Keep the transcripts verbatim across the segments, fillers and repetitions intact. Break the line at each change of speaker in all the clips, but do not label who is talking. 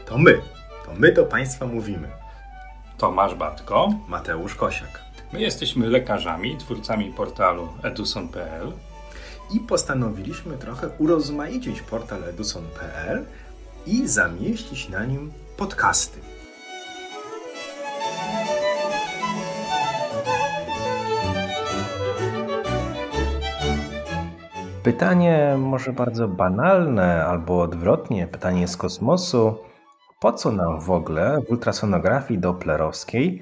To my, to my do Państwa mówimy.
Tomasz Batko,
Mateusz Kosiak.
My jesteśmy lekarzami, twórcami portalu eduson kropka p l
i postanowiliśmy trochę urozmaicić portal eduson kropka p l i zamieścić na nim podcasty. Pytanie może bardzo banalne, albo odwrotnie, pytanie z kosmosu. Po co nam w ogóle w ultrasonografii doplerowskiej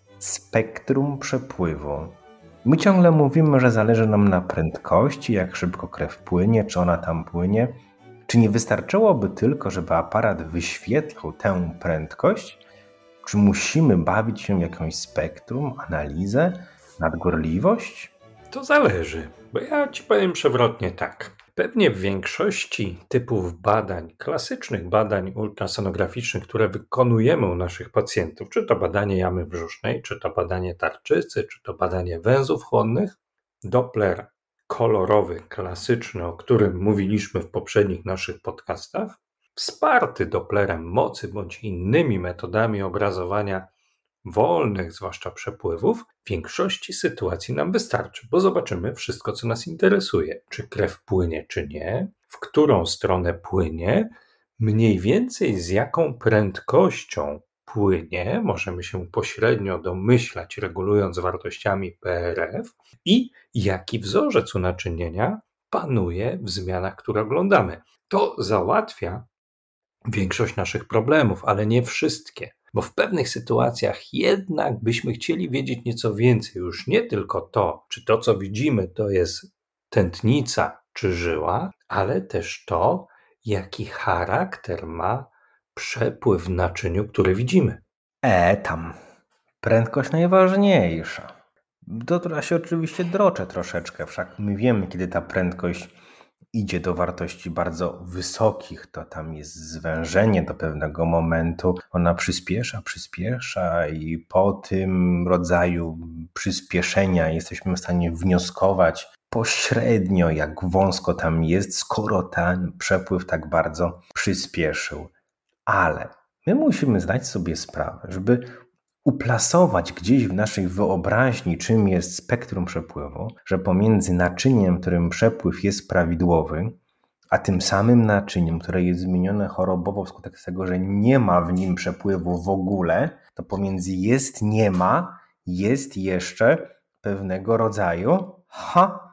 spektrum przepływu? My ciągle mówimy, że zależy nam na prędkości, jak szybko krew płynie, czy ona tam płynie. Czy nie wystarczyłoby tylko, żeby aparat wyświetlał tę prędkość? Czy musimy bawić się w jakąś spektrum, analizę, nadgorliwość?
To zależy, bo ja Ci powiem przewrotnie tak. Pewnie w większości typów badań, klasycznych badań ultrasonograficznych, które wykonujemy u naszych pacjentów, czy to badanie jamy brzusznej, czy to badanie tarczycy, czy to badanie węzłów chłonnych, Doppler kolorowy, klasyczny, o którym mówiliśmy w poprzednich naszych podcastach, wsparty Dopplerem mocy bądź innymi metodami obrazowania wolnych, zwłaszcza przepływów, w większości sytuacji nam wystarczy, bo zobaczymy wszystko, co nas interesuje. Czy krew płynie, czy nie, w którą stronę płynie, mniej więcej z jaką prędkością płynie, możemy się pośrednio domyślać, regulując wartościami P R F, i jaki wzorzec unaczynienia panuje w zmianach, które oglądamy. To załatwia większość naszych problemów, ale nie wszystkie. Bo w pewnych sytuacjach jednak byśmy chcieli wiedzieć nieco więcej. Już nie tylko to, czy to, co widzimy, to jest tętnica czy żyła, ale też to, jaki charakter ma przepływ w naczyniu, który widzimy.
E, tam. Prędkość najważniejsza. To ja się oczywiście droczę troszeczkę, wszak my wiemy, kiedy ta prędkość idzie do wartości bardzo wysokich, to tam jest zwężenie do pewnego momentu. Ona przyspiesza, przyspiesza i po tym rodzaju przyspieszenia jesteśmy w stanie wnioskować pośrednio, jak wąsko tam jest, skoro ten przepływ tak bardzo przyspieszył. Ale my musimy zdać sobie sprawę, żeby uplasować gdzieś w naszej wyobraźni, czym jest spektrum przepływu, że pomiędzy naczyniem, którym przepływ jest prawidłowy, a tym samym naczyniem, które jest zmienione chorobowo wskutek tego, że nie ma w nim przepływu w ogóle, to pomiędzy jest, nie ma, jest jeszcze pewnego rodzaju ha,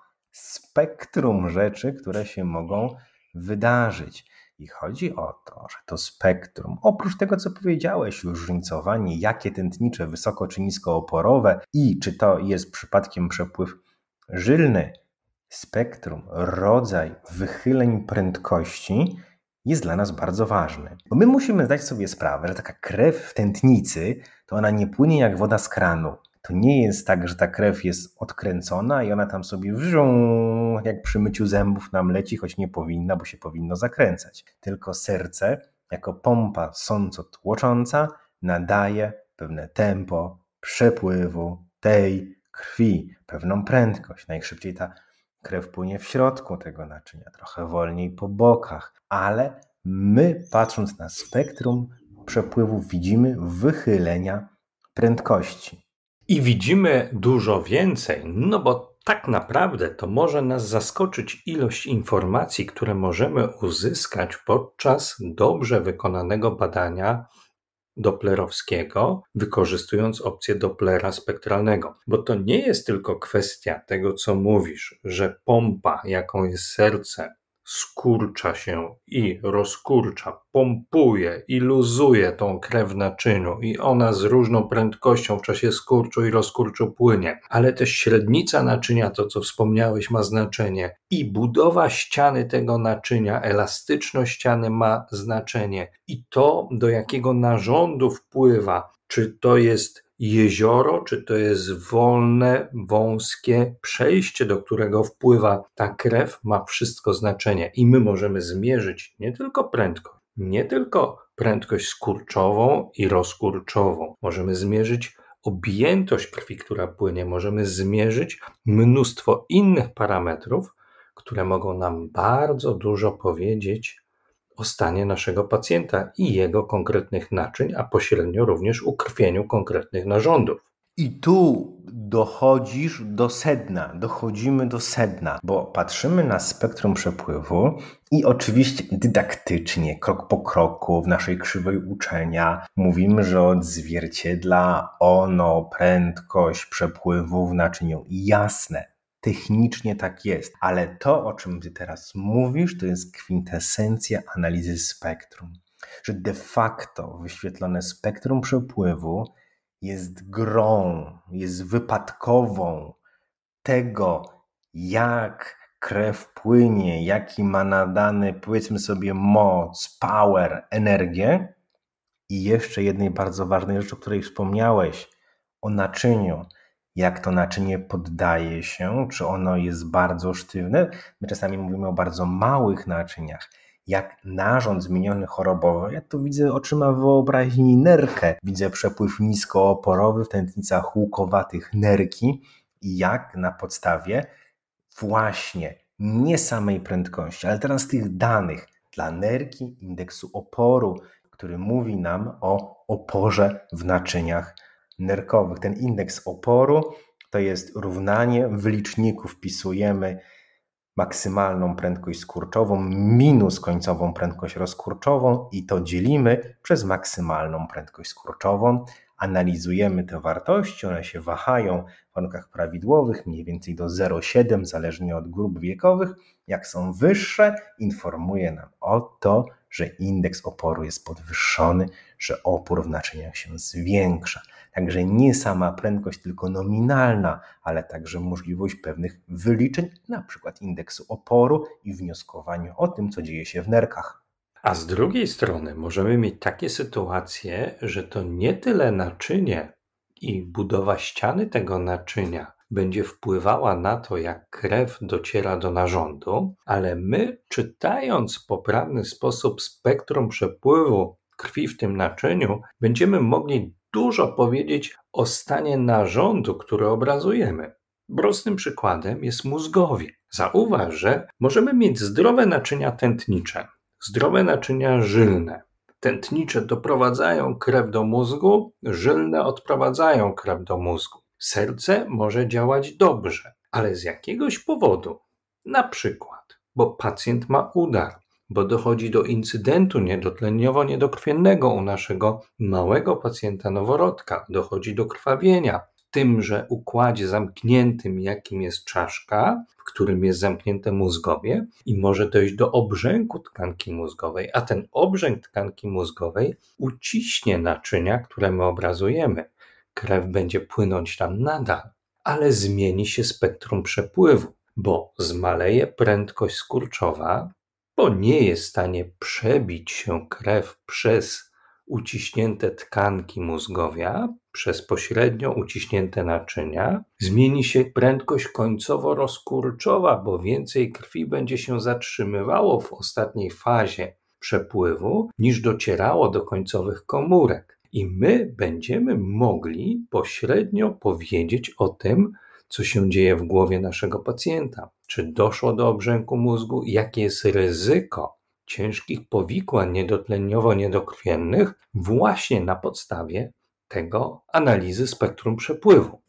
spektrum rzeczy, które się mogą wydarzyć. I chodzi o to, że to spektrum, oprócz tego, co powiedziałeś, już różnicowanie, jakie tętnicze, wysoko czy nisko oporowe i czy to jest przypadkiem przepływ żylny, spektrum, rodzaj wychyleń prędkości jest dla nas bardzo ważny. Bo my musimy zdać sobie sprawę, że taka krew w tętnicy, to ona nie płynie jak woda z kranu. To nie jest tak, że ta krew jest odkręcona i ona tam sobie wrzuł, jak przy myciu zębów nam leci, choć nie powinna, bo się powinno zakręcać. Tylko serce, jako pompa sąco-tłocząca, nadaje pewne tempo przepływu tej krwi, pewną prędkość. Najszybciej ta krew płynie w środku tego naczynia, trochę wolniej po bokach, ale my, patrząc na spektrum przepływu, widzimy wychylenia prędkości.
I widzimy dużo więcej, no bo tak naprawdę to może nas zaskoczyć ilość informacji, które możemy uzyskać podczas dobrze wykonanego badania doplerowskiego, wykorzystując opcję Dopplera spektralnego. Bo to nie jest tylko kwestia tego, co mówisz, że pompa, jaką jest serce, skurcza się i rozkurcza, pompuje i luzuje tą krew w naczyniu i ona z różną prędkością w czasie skurczu i rozkurczu płynie, ale też średnica naczynia, to co wspomniałeś, ma znaczenie i budowa ściany tego naczynia, elastyczność ściany ma znaczenie i to, do jakiego narządu wpływa, czy to jest jezioro, czy to jest wolne, wąskie przejście, do którego wpływa ta krew, ma wszystko znaczenie. I my możemy zmierzyć nie tylko prędkość, nie tylko prędkość skurczową i rozkurczową. Możemy zmierzyć objętość krwi, która płynie. Możemy zmierzyć mnóstwo innych parametrów, które mogą nam bardzo dużo powiedzieć o stanie naszego pacjenta i jego konkretnych naczyń, a pośrednio również ukrwieniu konkretnych narządów.
I tu dochodzisz do sedna, dochodzimy do sedna, bo patrzymy na spektrum przepływu i oczywiście dydaktycznie, krok po kroku w naszej krzywej uczenia mówimy, że odzwierciedla ono prędkość przepływu w naczyniu. Jasne, technicznie tak jest, ale to, o czym ty teraz mówisz, to jest kwintesencja analizy spektrum, że de facto wyświetlone spektrum przepływu jest grą, jest wypadkową tego, jak krew płynie, jaki ma nadany, powiedzmy sobie, moc, power, energię. I jeszcze jednej bardzo ważnej rzeczy, o której wspomniałeś, o naczyniu. Jak to naczynie poddaje się, czy ono jest bardzo sztywne. My czasami mówimy o bardzo małych naczyniach. Jak narząd zmieniony chorobowo, ja tu widzę oczyma wyobraźni nerkę. Widzę przepływ niskooporowy w tętnicach łukowatych nerki i jak na podstawie właśnie nie samej prędkości, ale teraz tych danych dla nerki, indeksu oporu, który mówi nam o oporze w naczyniach nerkowych. Ten indeks oporu to jest równanie, w liczniku wpisujemy maksymalną prędkość skurczową minus końcową prędkość rozkurczową i to dzielimy przez maksymalną prędkość skurczową. Analizujemy te wartości, one się wahają w warunkach prawidłowych, mniej więcej do zero przecinek siedem, zależnie od grup wiekowych. Jak są wyższe, informuje nam o to, że indeks oporu jest podwyższony, że opór w naczyniach się zwiększa. Także nie sama prędkość, tylko nominalna, ale także możliwość pewnych wyliczeń, na przykład indeksu oporu i wnioskowania o tym, co dzieje się w nerkach.
A z drugiej strony możemy mieć takie sytuacje, że to nie tyle naczynie i budowa ściany tego naczynia będzie wpływała na to, jak krew dociera do narządu, ale my, czytając w poprawny sposób spektrum przepływu krwi w tym naczyniu, będziemy mogli dużo powiedzieć o stanie narządu, który obrazujemy. Prostym przykładem jest mózgowie. Zauważ, że możemy mieć zdrowe naczynia tętnicze, zdrowe naczynia żylne. Tętnicze doprowadzają krew do mózgu, żylne odprowadzają krew do mózgu. Serce może działać dobrze, ale z jakiegoś powodu, na przykład, bo pacjent ma udar, bo dochodzi do incydentu niedotleniowo-niedokrwiennego u naszego małego pacjenta noworodka, dochodzi do krwawienia w tymże układzie zamkniętym, jakim jest czaszka, w którym jest zamknięte mózgowie i może dojść do obrzęku tkanki mózgowej, a ten obrzęk tkanki mózgowej uciśnie naczynia, które my obrazujemy. Krew będzie płynąć tam nadal, ale zmieni się spektrum przepływu, bo zmaleje prędkość skurczowa, bo nie jest w stanie przebić się krew przez uciśnięte tkanki mózgowia, przez pośrednio uciśnięte naczynia. Zmieni się prędkość końcowo-rozkurczowa, bo więcej krwi będzie się zatrzymywało w ostatniej fazie przepływu, niż docierało do końcowych komórek. I my będziemy mogli pośrednio powiedzieć o tym, co się dzieje w głowie naszego pacjenta. Czy doszło do obrzęku mózgu? Jakie jest ryzyko ciężkich powikłań niedotleniowo-niedokrwiennych właśnie na podstawie tego analizy spektrum przepływu.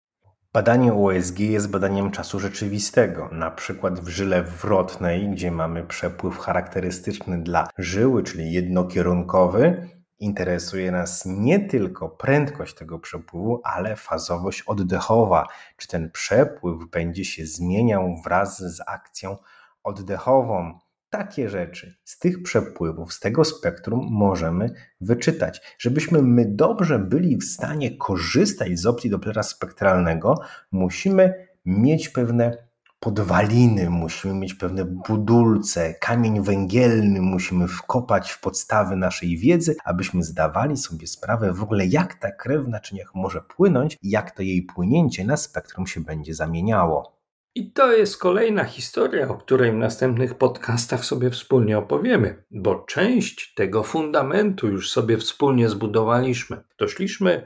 Badanie U S G jest badaniem czasu rzeczywistego, na przykład w żyle wrotnej, gdzie mamy przepływ charakterystyczny dla żyły, czyli jednokierunkowy. Interesuje nas nie tylko prędkość tego przepływu, ale fazowość oddechowa. Czy ten przepływ będzie się zmieniał wraz z akcją oddechową? Takie rzeczy z tych przepływów, z tego spektrum możemy wyczytać. Żebyśmy my dobrze byli w stanie korzystać z opcji Dopplera spektralnego, musimy mieć pewne podwaliny, musimy mieć pewne budulce, kamień węgielny musimy wkopać w podstawy naszej wiedzy, abyśmy zdawali sobie sprawę w ogóle, jak ta krew w naczyniach może płynąć i jak to jej płynięcie na spektrum się będzie zamieniało.
I to jest kolejna historia, o której w następnych podcastach sobie wspólnie opowiemy, bo część tego fundamentu już sobie wspólnie zbudowaliśmy. Doszliśmy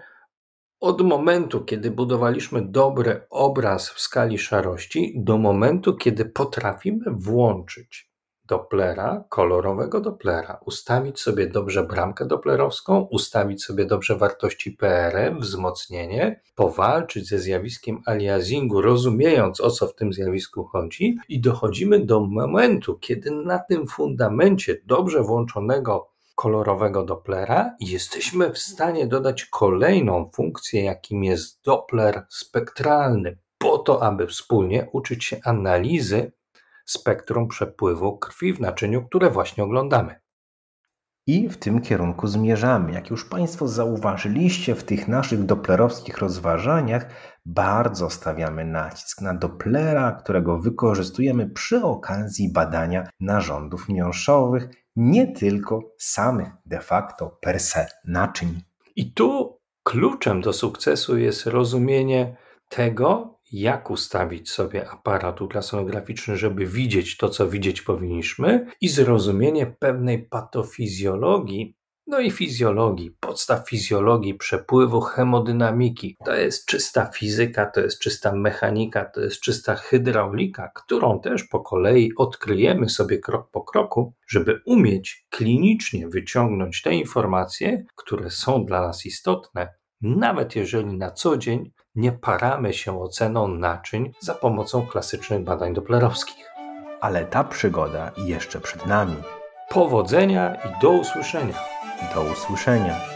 od momentu, kiedy budowaliśmy dobry obraz w skali szarości, do momentu, kiedy potrafimy włączyć Dopplera, kolorowego Dopplera, ustawić sobie dobrze bramkę doplerowską, ustawić sobie dobrze wartości P R M, wzmocnienie, powalczyć ze zjawiskiem aliasingu, rozumiejąc, o co w tym zjawisku chodzi, i dochodzimy do momentu, kiedy na tym fundamencie dobrze włączonego kolorowego Dopplera jesteśmy w stanie dodać kolejną funkcję, jakim jest Doppler spektralny, po to, aby wspólnie uczyć się analizy spektrum przepływu krwi w naczyniu, które właśnie oglądamy.
I w tym kierunku zmierzamy. Jak już Państwo zauważyliście w tych naszych doplerowskich rozważaniach, bardzo stawiamy nacisk na Dopplera, którego wykorzystujemy przy okazji badania narządów miąższowych, nie tylko samych de facto per se naczyń.
I tu kluczem do sukcesu jest rozumienie tego, jak ustawić sobie aparat ultrasonograficzny, żeby widzieć to, co widzieć powinniśmy, i zrozumienie pewnej patofizjologii, no i fizjologii, podstaw fizjologii przepływu hemodynamiki. To jest czysta fizyka, to jest czysta mechanika, to jest czysta hydraulika, którą też po kolei odkryjemy sobie krok po kroku, żeby umieć klinicznie wyciągnąć te informacje, które są dla nas istotne, nawet jeżeli na co dzień nie paramy się oceną naczyń za pomocą klasycznych badań doplerowskich.
Ale ta przygoda jeszcze przed nami.
Powodzenia i do usłyszenia.
Do usłyszenia.